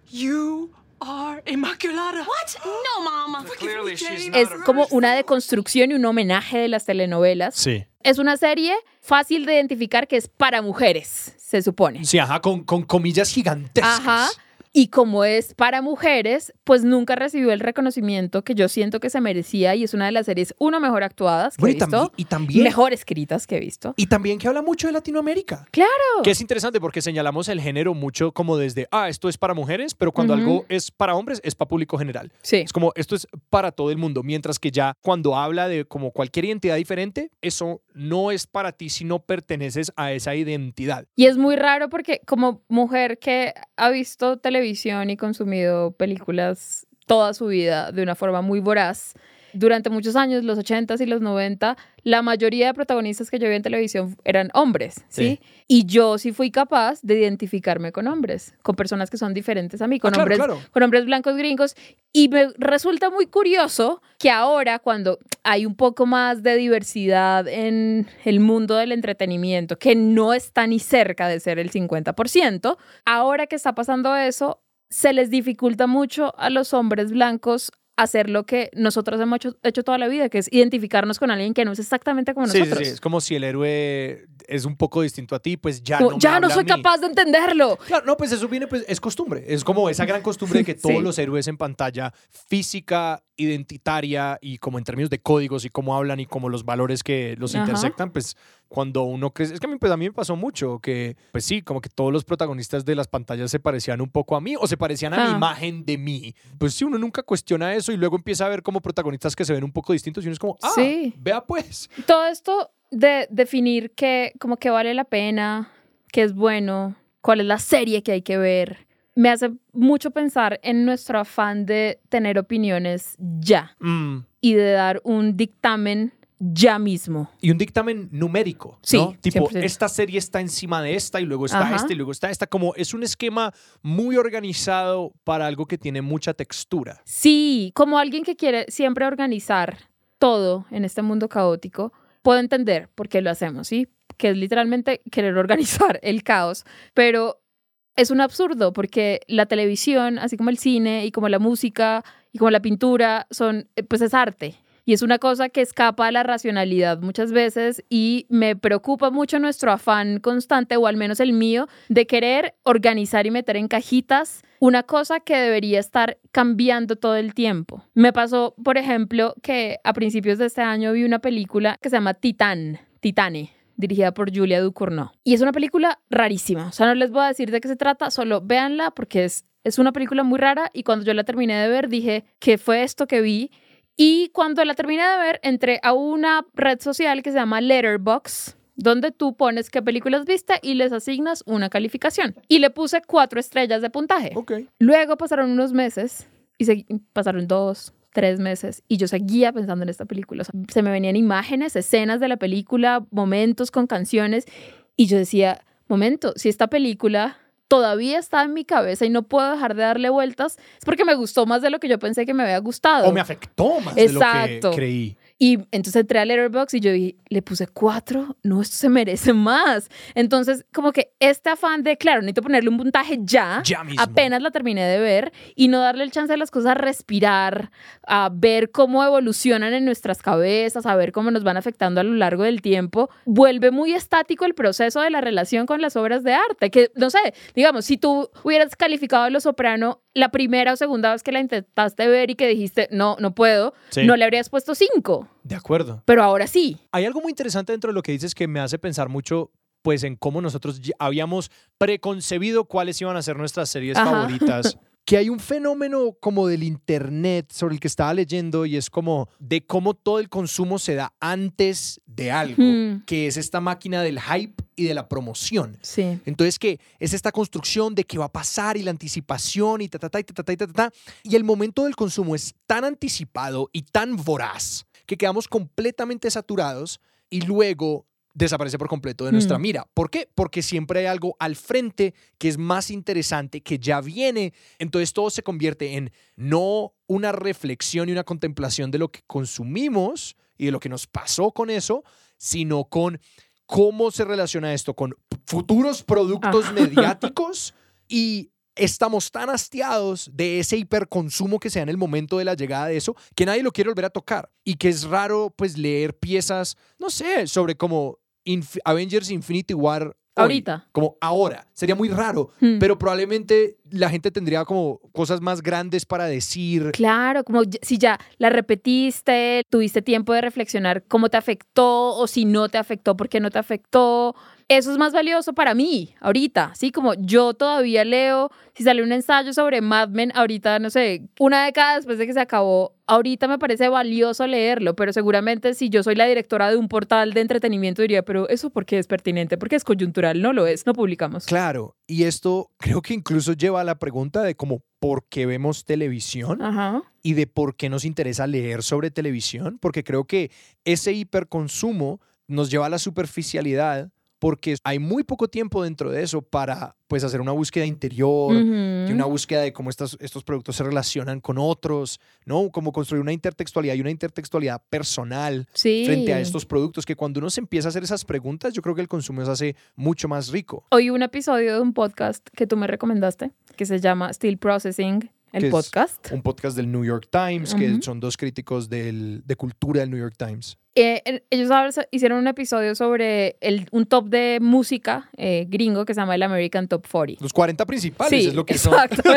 You are Immaculata. What? No, Mama. Clearly she's not Es a como una deconstrucción y un homenaje de las telenovelas. sí. Es una serie fácil de identificar que es para mujeres, se supone. Sí, ajá, con comillas gigantescas. Ajá. Y como es para mujeres, pues nunca recibió el reconocimiento que yo siento que se merecía y es una de las series mejor actuadas que he visto. Y también mejor escritas que he visto. Y también que habla mucho de Latinoamérica. Claro. Que es interesante porque señalamos el género mucho como desde, esto es para mujeres, pero cuando algo es para hombres, es para público general. Sí. Es como, esto es para todo el mundo. Mientras que ya cuando habla de como cualquier identidad diferente, eso no es para ti si no perteneces a esa identidad. Y es muy raro porque como mujer que ha visto televisión y consumido películas toda su vida de una forma muy voraz, durante muchos años, los 80s y los 90, la mayoría de protagonistas que yo vi en televisión eran hombres, ¿sí? Y yo sí fui capaz de identificarme con hombres, con personas que son diferentes a mí, con hombres blancos gringos. Y me resulta muy curioso que ahora, cuando hay un poco más de diversidad en el mundo del entretenimiento, que no está ni cerca de ser el 50%, ahora que está pasando eso, se les dificulta mucho a los hombres blancos hacer lo que nosotros hemos hecho toda la vida, que es identificarnos con alguien que no es exactamente como nosotros. Sí, es como si el héroe es un poco distinto a ti, pues ya no soy capaz de entenderlo. Claro, no, pues eso viene, pues es costumbre. Es como esa gran costumbre de que todos los héroes en pantalla física, identitaria y como en términos de códigos y cómo hablan y como los valores que los intersectan, pues cuando uno crece, es que a mí me pasó mucho que, pues sí, como que todos los protagonistas de las pantallas se parecían un poco a mí o se parecían a mi imagen de mí. Pues sí, uno nunca cuestiona eso y luego empieza a ver como protagonistas que se ven un poco distintos y uno es como, vea pues. Todo esto de definir que como que vale la pena, que es bueno, cuál es la serie que hay que ver, me hace mucho pensar en nuestro afán de tener opiniones ya y de dar un dictamen ya mismo. Y un dictamen numérico, ¿no? Sí, tipo, 100%. Esta serie está encima de esta y luego está esta y luego está esta. Como es un esquema muy organizado para algo que tiene mucha textura. Sí, como alguien que quiere siempre organizar todo en este mundo caótico, puedo entender por qué lo hacemos, ¿sí? Que es literalmente querer organizar el caos, pero es un absurdo porque la televisión, así como el cine y como la música y como la pintura, pues es arte. Y es una cosa que escapa a la racionalidad muchas veces y me preocupa mucho nuestro afán constante, o al menos el mío, de querer organizar y meter en cajitas una cosa que debería estar cambiando todo el tiempo. Me pasó, por ejemplo, que a principios de este año vi una película que se llama Titane, dirigida por Julia Ducournau. Y es una película rarísima. O sea, no les voy a decir de qué se trata, solo véanla porque es una película muy rara y cuando yo la terminé de ver dije, ¿qué fue esto que vi? Y cuando la terminé de ver, entré a una red social que se llama Letterboxd, donde tú pones qué películas viste y les asignas una calificación. Y le puse 4 estrellas de puntaje. Okay. Luego pasaron unos meses y pasaron 2, 3 meses y yo seguía pensando en esta película. O sea, se me venían imágenes, escenas de la película, momentos con canciones y yo decía, momento, si esta película todavía está en mi cabeza y no puedo dejar de darle vueltas, es porque me gustó más de lo que yo pensé que me había gustado. O me afectó más de lo que creí. Y entonces entré a Letterboxd y yo le puse 4, no, esto se merece más. Entonces, como que este afán de, claro, necesito ponerle un puntaje ya mismo. Apenas la terminé de ver, y no darle el chance a las cosas a respirar, a ver cómo evolucionan en nuestras cabezas, a ver cómo nos van afectando a lo largo del tiempo, vuelve muy estático el proceso de la relación con las obras de arte. Que, no sé, digamos, si tú hubieras calificado Los Soprano la primera o segunda vez que la intentaste ver y que dijiste, no puedo, no le habrías puesto 5. De acuerdo. Pero ahora sí. Hay algo muy interesante dentro de lo que dices que me hace pensar mucho pues en cómo nosotros habíamos preconcebido cuáles iban a ser nuestras series favoritas. Que hay un fenómeno como del internet sobre el que estaba leyendo, y es como de cómo todo el consumo se da antes de algo, que es esta máquina del hype y de la promoción. Sí. Entonces, que es esta construcción de qué va a pasar y la anticipación y y el momento del consumo es tan anticipado y tan voraz que quedamos completamente saturados y luego desaparece por completo de nuestra mira. ¿Por qué? Porque siempre hay algo al frente que es más interesante, que ya viene. Entonces todo se convierte en no una reflexión y una contemplación de lo que consumimos y de lo que nos pasó con eso, sino con cómo se relaciona esto con futuros productos mediáticos, y estamos tan hastiados de ese hiperconsumo que se da en el momento de la llegada de eso, que nadie lo quiere volver a tocar, y que es raro pues leer piezas, no sé, sobre como Avengers Infinity War hoy, ahorita. Como ahora. Sería muy raro, pero probablemente la gente tendría como cosas más grandes para decir. Claro, como si ya la repetiste, tuviste tiempo de reflexionar cómo te afectó, o si no te afectó, por qué no te afectó. Eso es más valioso para mí ahorita, ¿sí? Como yo todavía leo, si sale un ensayo sobre Mad Men ahorita, no sé, una década después de que se acabó, ahorita me parece valioso leerlo, pero seguramente si yo soy la directora de un portal de entretenimiento diría, pero ¿eso por qué es pertinente? ¿Por qué es coyuntural? No lo es, no publicamos. Claro, y esto creo que incluso lleva a la pregunta de como ¿por qué vemos televisión? Y de por qué nos interesa leer sobre televisión, porque creo que ese hiperconsumo nos lleva a la superficialidad, porque hay muy poco tiempo dentro de eso para pues hacer una búsqueda interior, y una búsqueda de cómo estos productos se relacionan con otros, ¿no? Como construir una intertextualidad y una intertextualidad personal frente a estos productos, que cuando uno se empieza a hacer esas preguntas, yo creo que el consumo se hace mucho más rico. Oí un episodio de un podcast que tú me recomendaste, que se llama Still Processing, el podcast. Un podcast del New York Times, que son dos críticos de cultura del New York Times. Ellos hicieron un episodio sobre un top de música gringo que se llama el American Top 40. Los 40 principales es lo que son.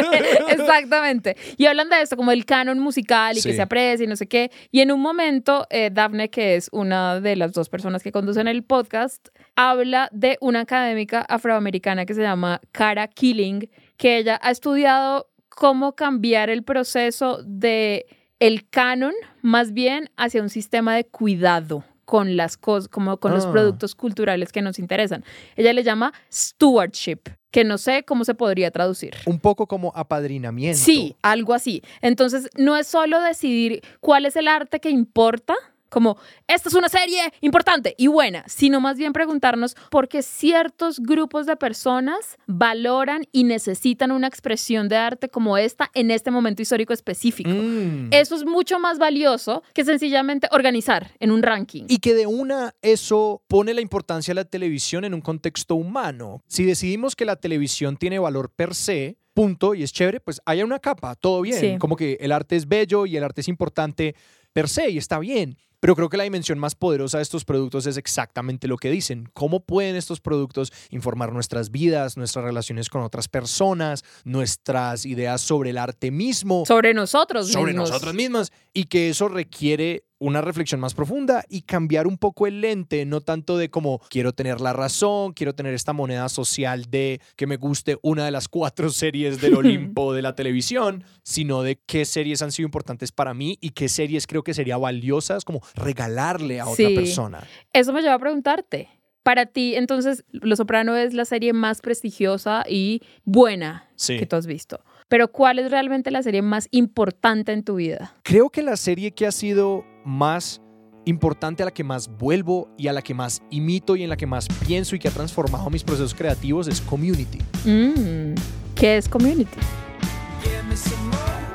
Exactamente. Y hablan de esto, como el canon musical y que se aprecia y no sé qué. Y en un momento, Daphne, que es una de las dos personas que conducen el podcast, habla de una académica afroamericana que se llama Cara Killing, que ella ha estudiado cómo cambiar el proceso de el canon más bien hacia un sistema de cuidado con las cosas, como con los productos culturales que nos interesan. Ella le llama stewardship, que no sé cómo se podría traducir. Un poco como apadrinamiento. Sí, algo así. Entonces, no es solo decidir cuál es el arte que importa, como, esta es una serie importante y buena, sino más bien preguntarnos por qué ciertos grupos de personas valoran y necesitan una expresión de arte como esta en este momento histórico específico. Eso es mucho más valioso que sencillamente organizar en un ranking. Y que de una, eso pone la importancia de la televisión en un contexto humano. Si decidimos que la televisión tiene valor per se, punto, y es chévere, pues haya una capa, todo bien. Sí. Como que el arte es bello y el arte es importante per se y está bien. Pero creo que la dimensión más poderosa de estos productos es exactamente lo que dicen. ¿Cómo pueden estos productos informar nuestras vidas, nuestras relaciones con otras personas, nuestras ideas sobre el arte mismo? Sobre nosotros mismos. Y que eso requiere una reflexión más profunda y cambiar un poco el lente, no tanto de como quiero tener la razón, quiero tener esta moneda social de que me guste una de las 4 series del Olimpo de la televisión, sino de qué series han sido importantes para mí y qué series creo que sería valiosas como regalarle a otra persona. Eso me lleva a preguntarte. Para ti, entonces, Los Soprano es la serie más prestigiosa y buena que tú has visto. Pero ¿cuál es realmente la serie más importante en tu vida? Creo que la serie que ha sido más importante, a la que más vuelvo y a la que más imito y en la que más pienso y que ha transformado mis procesos creativos es Community. ¿Qué es Community? Give me some more.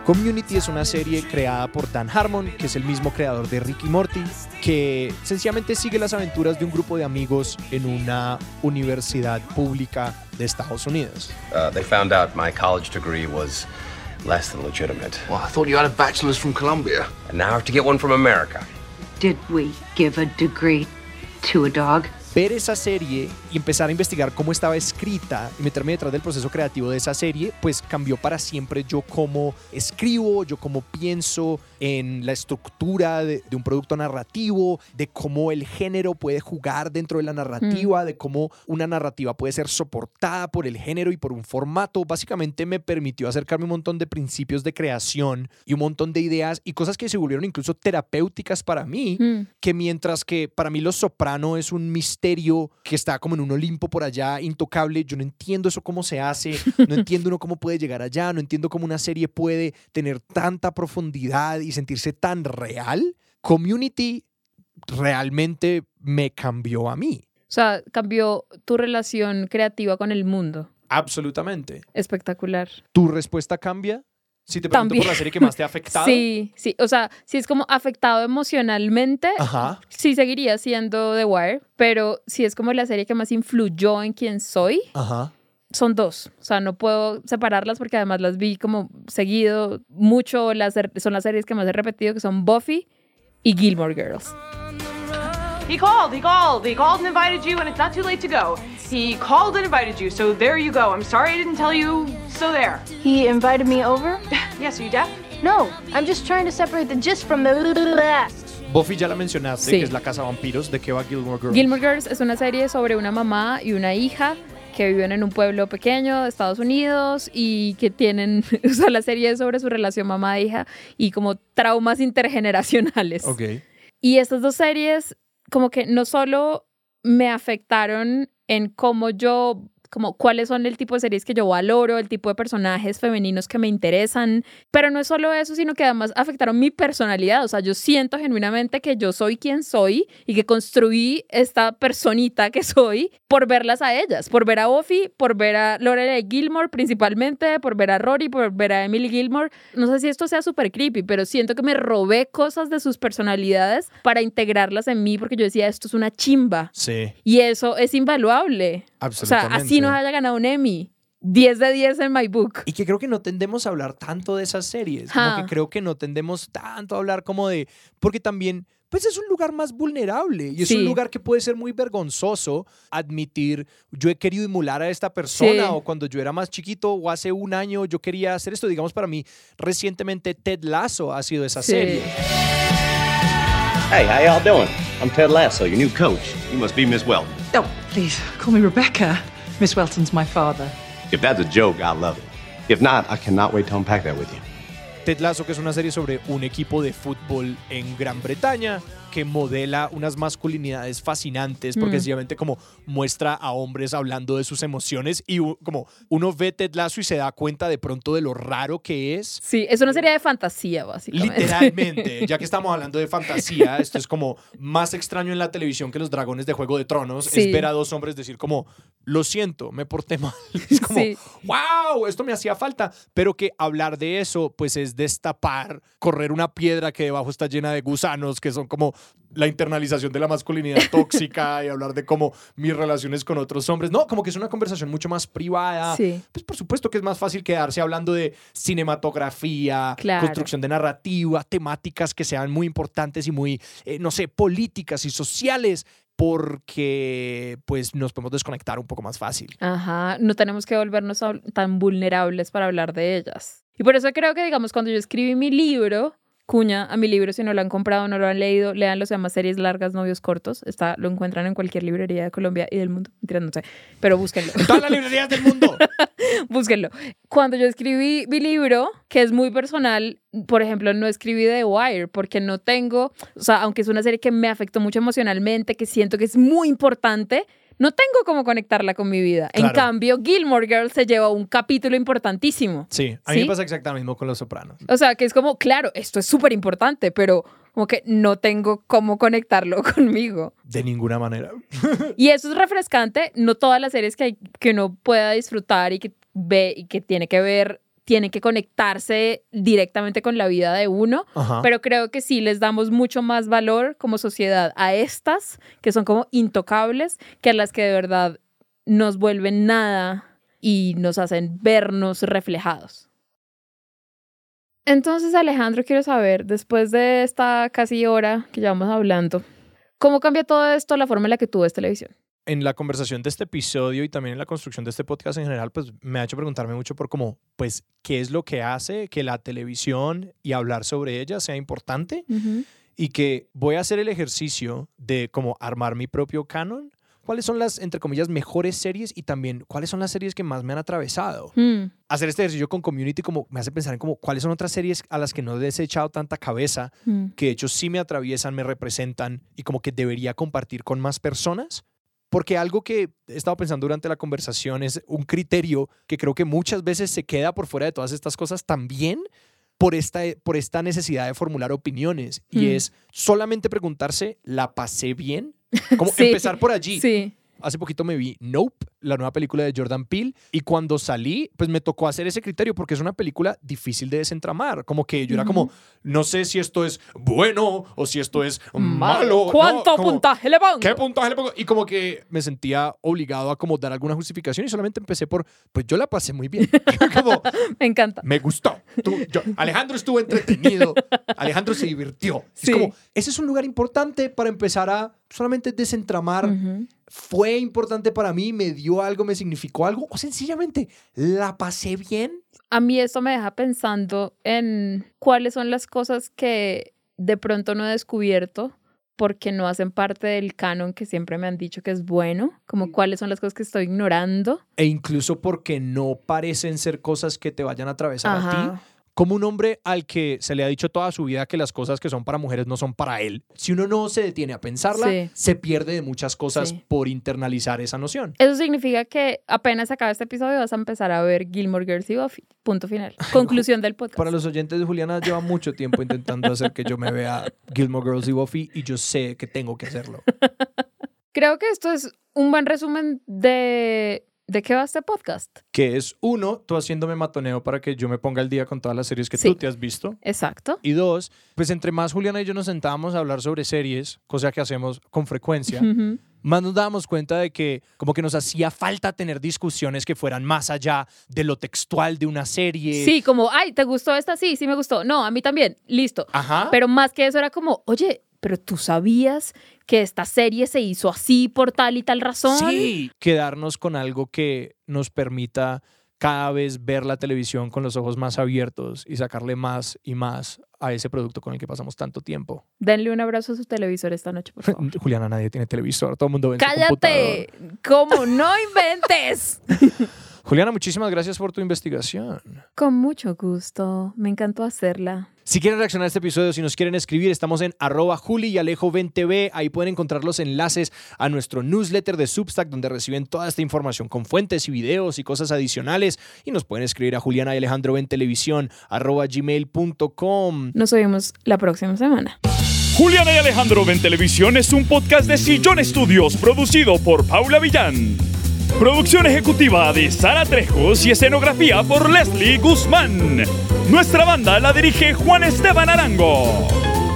Community es una serie creada por Dan Harmon, que es el mismo creador de Rick y Morty, que sencillamente sigue las aventuras de un grupo de amigos en una universidad pública de Estados Unidos. They found out my college degree was less than legitimate. Well, I thought you had a bachelor's from Columbia. And now I have to get one from America. Did we give a degree to a dog? Ver esa serie y empezar a investigar cómo estaba escrita y meterme detrás del proceso creativo de esa serie, pues cambió para siempre yo cómo escribo, yo cómo pienso en la estructura de un producto narrativo, de cómo el género puede jugar dentro de la narrativa, de cómo una narrativa puede ser soportada por el género y por un formato. Básicamente me permitió acercarme a un montón de principios de creación y un montón de ideas y cosas que se volvieron incluso terapéuticas para mí, que mientras que para mí Los Soprano es un misterio que está como en un Olimpo por allá intocable, yo no entiendo eso cómo se hace, no entiendo uno cómo puede llegar allá, no entiendo cómo una serie puede tener tanta profundidad y sentirse tan real. Community realmente me cambió a mí. O sea, cambió tu relación creativa con el mundo. Absolutamente. Espectacular. ¿Tu respuesta cambia? Si te pregunto por la serie que más te ha afectado. Sí. O sea, si es como afectado emocionalmente, sí seguiría siendo The Wire, pero si es como la serie que más influyó en quién soy, son dos. O sea, no puedo separarlas porque además las vi como seguido mucho. Son las series que más he repetido, que son Buffy y Gilmore Girls. He called and invited you, and it's not too late to go. He called and invited you, so there you go. I'm sorry I didn't tell you, so there. He invited me over? Yes, are you deaf? No, I'm just trying to separate the gist from the... Buffy ya la mencionaste, que es la casa vampiros. ¿De qué va Gilmore Girls? Gilmore Girls es una serie sobre una mamá y una hija que viven en un pueblo pequeño de Estados Unidos y que tienen, o sea, la serie es sobre su relación mamá-hija y como traumas intergeneracionales. Okay. Y estas dos series como que no solo me afectaron en cómo yo, como cuáles son el tipo de series que yo valoro, el tipo de personajes femeninos que me interesan, pero no es solo eso, sino que además afectaron mi personalidad. O sea, yo siento genuinamente que yo soy quien soy y que construí esta personita que soy por verlas a ellas, por ver a Buffy, por ver a Lorelai Gilmore principalmente, por ver a Rory, por ver a Emily Gilmore. No sé si esto sea súper creepy, pero siento que me robé cosas de sus personalidades para integrarlas en mí, porque yo decía, esto es una chimba. Sí. Y eso es invaluable. Absolutamente. O sea, así nos haya ganado un Emmy. 10 de 10 en my book. Y que creo que no tendemos a hablar tanto de esas series. Como que creo que no tendemos tanto a hablar como de... Porque también, pues es un lugar más vulnerable. Y es un lugar que puede ser muy vergonzoso admitir, yo he querido emular a esta persona, o cuando yo era más chiquito, o hace un año, yo quería hacer esto. Digamos, para mí, recientemente Ted Lasso ha sido esa serie. Hey, how y'all doing? I'm Ted Lasso, your new coach. You must be Miss Welton. Oh, please, call me Rebecca. Miss Welton's my father. If that's a joke, I love it. If not, I cannot wait to unpack that with you. Ted Lasso, que es una serie sobre un equipo de fútbol en Gran Bretaña que modela unas masculinidades fascinantes porque sencillamente como muestra a hombres hablando de sus emociones y como uno ve Ted Lasso y se da cuenta de pronto de lo raro que es. Sí, es una serie de fantasía básicamente. Literalmente, ya que estamos hablando de fantasía, esto es como más extraño en la televisión que los dragones de Juego de Tronos, es ver a dos hombres decir como, lo siento, me porté mal. Es como, wow, esto me hacía falta, pero que hablar de eso pues es destapar, correr una piedra que debajo está llena de gusanos que son como la internalización de la masculinidad tóxica y hablar de cómo mis relaciones con otros hombres. No, como que es una conversación mucho más privada. Pues por supuesto que es más fácil quedarse hablando de cinematografía, construcción de narrativa, temáticas que sean muy importantes y muy, no sé, políticas y sociales, porque pues nos podemos desconectar un poco más fácil. Ajá, no tenemos que volvernos tan vulnerables para hablar de ellas. Y por eso creo que, digamos, cuando yo escribí mi libro, cuña a mi libro, si no lo han comprado, no lo han leído, léanlo, se llama Series Largas, Novios Cortos. Lo encuentran en cualquier librería de Colombia y del mundo. Mentira, no sé, pero búsquenlo. En todas las librerías del mundo. Búsquenlo. Cuando yo escribí mi libro, que es muy personal, por ejemplo, no escribí The Wire porque no tengo, o sea, aunque es una serie que me afectó mucho emocionalmente, que siento que es muy importante, no tengo cómo conectarla con mi vida. Claro. En cambio, Gilmore Girls se lleva un capítulo importantísimo. Sí, a mí me pasa exactamente lo mismo con Los Sopranos. O sea, que es como, claro, esto es súper importante, pero como que no tengo cómo conectarlo conmigo. De ninguna manera. Y eso es refrescante. No todas las series que uno pueda disfrutar y que ve y que tiene que ver tienen que conectarse directamente con la vida de uno, pero creo que sí les damos mucho más valor como sociedad a estas, que son como intocables, que a las que de verdad nos vuelven nada y nos hacen vernos reflejados. Entonces, Alejandro, quiero saber, después de esta casi hora que llevamos hablando, ¿cómo cambia todo esto la forma en la que tú ves televisión? En la conversación de este episodio y también en la construcción de este podcast en general, pues me ha hecho preguntarme mucho por cómo, pues, qué es lo que hace que la televisión y hablar sobre ella sea importante y que voy a hacer el ejercicio de como armar mi propio canon. ¿Cuáles son las, entre comillas, mejores series y también cuáles son las series que más me han atravesado? Hacer este ejercicio con Community como me hace pensar en como cuáles son otras series a las que no les he echado tanta cabeza, que de hecho sí me atraviesan, me representan y como que debería compartir con más personas. Porque algo que he estado pensando durante la conversación es un criterio que creo que muchas veces se queda por fuera de todas estas cosas también por esta necesidad de formular opiniones. Y es solamente preguntarse, ¿la pasé bien? Como empezar por allí. Sí. Hace poquito me vi Nope, la nueva película de Jordan Peele, y cuando salí, pues me tocó hacer ese criterio porque es una película difícil de desentramar. Como que yo era como, no sé si esto es bueno o si esto es malo. ¿Cuánto puntaje le pongo? ¿Qué puntaje le pongo? Y como que me sentía obligado a como dar alguna justificación y solamente empecé por, pues yo la pasé muy bien. Como, me encanta. Me gustó. Alejandro estuvo entretenido. Alejandro se divirtió. Sí. Es como, ese es un lugar importante para empezar a solamente desentramar. ¿Fue importante para mí? ¿Me dio algo? ¿Me significó algo? ¿O sencillamente la pasé bien? A mí esto me deja pensando en cuáles son las cosas que de pronto no he descubierto porque no hacen parte del canon que siempre me han dicho que es bueno, como cuáles son las cosas que estoy ignorando. E incluso porque no parecen ser cosas que te vayan a atravesar a ti. Como un hombre al que se le ha dicho toda su vida que las cosas que son para mujeres no son para él, si uno no se detiene a pensarla, se pierde de muchas cosas por internalizar esa noción. Eso significa que apenas acabe este episodio vas a empezar a ver Gilmore Girls y Buffy. Punto final. Conclusión del podcast. Para los oyentes de Juliana, lleva mucho tiempo intentando hacer que yo me vea Gilmore Girls y Buffy y yo sé que tengo que hacerlo. Creo que esto es un buen resumen de qué va este podcast. Que es, uno, tú haciéndome matoneo para que yo me ponga al día con todas las series que tú te has visto. Exacto. Y dos, pues entre más Juliana y yo nos sentábamos a hablar sobre series, cosa que hacemos con frecuencia, más nos dábamos cuenta de que como que nos hacía falta tener discusiones que fueran más allá de lo textual de una serie. Sí, como, ay, ¿te gustó esta? Sí, sí me gustó. No, a mí también. Listo. Pero más que eso era como, oye, pero tú sabías que esta serie se hizo así por tal y tal razón. Sí, quedarnos con algo que nos permita cada vez ver la televisión con los ojos más abiertos y sacarle más y más a ese producto con el que pasamos tanto tiempo. Denle un abrazo a su televisor esta noche, por favor. Juliana, nadie tiene televisor, todo el mundo ve en su ¡cállate! ¿Cómo? ¡No inventes! Juliana, muchísimas gracias por tu investigación. Con mucho gusto. Me encantó hacerla. Si quieren reaccionar a este episodio, si nos quieren escribir, estamos en @JuliYAlejo20v. Ahí pueden encontrar los enlaces a nuestro newsletter de Substack, donde reciben toda esta información con fuentes y videos y cosas adicionales. Y nos pueden escribir a Juliana y Alejandro en televisión @gmail.com. Nos vemos la próxima semana. Juliana y Alejandro ven televisión es un podcast de Sillón Studios, producido por Paula Villán. Producción ejecutiva de Sara Trejos y escenografía por Leslie Guzmán. Nuestra banda la dirige Juan Esteban Arango.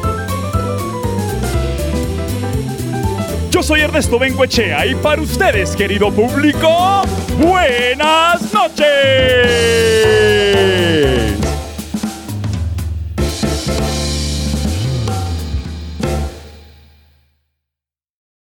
Yo soy Ernesto Bengoechea y para ustedes, querido público, ¡buenas noches!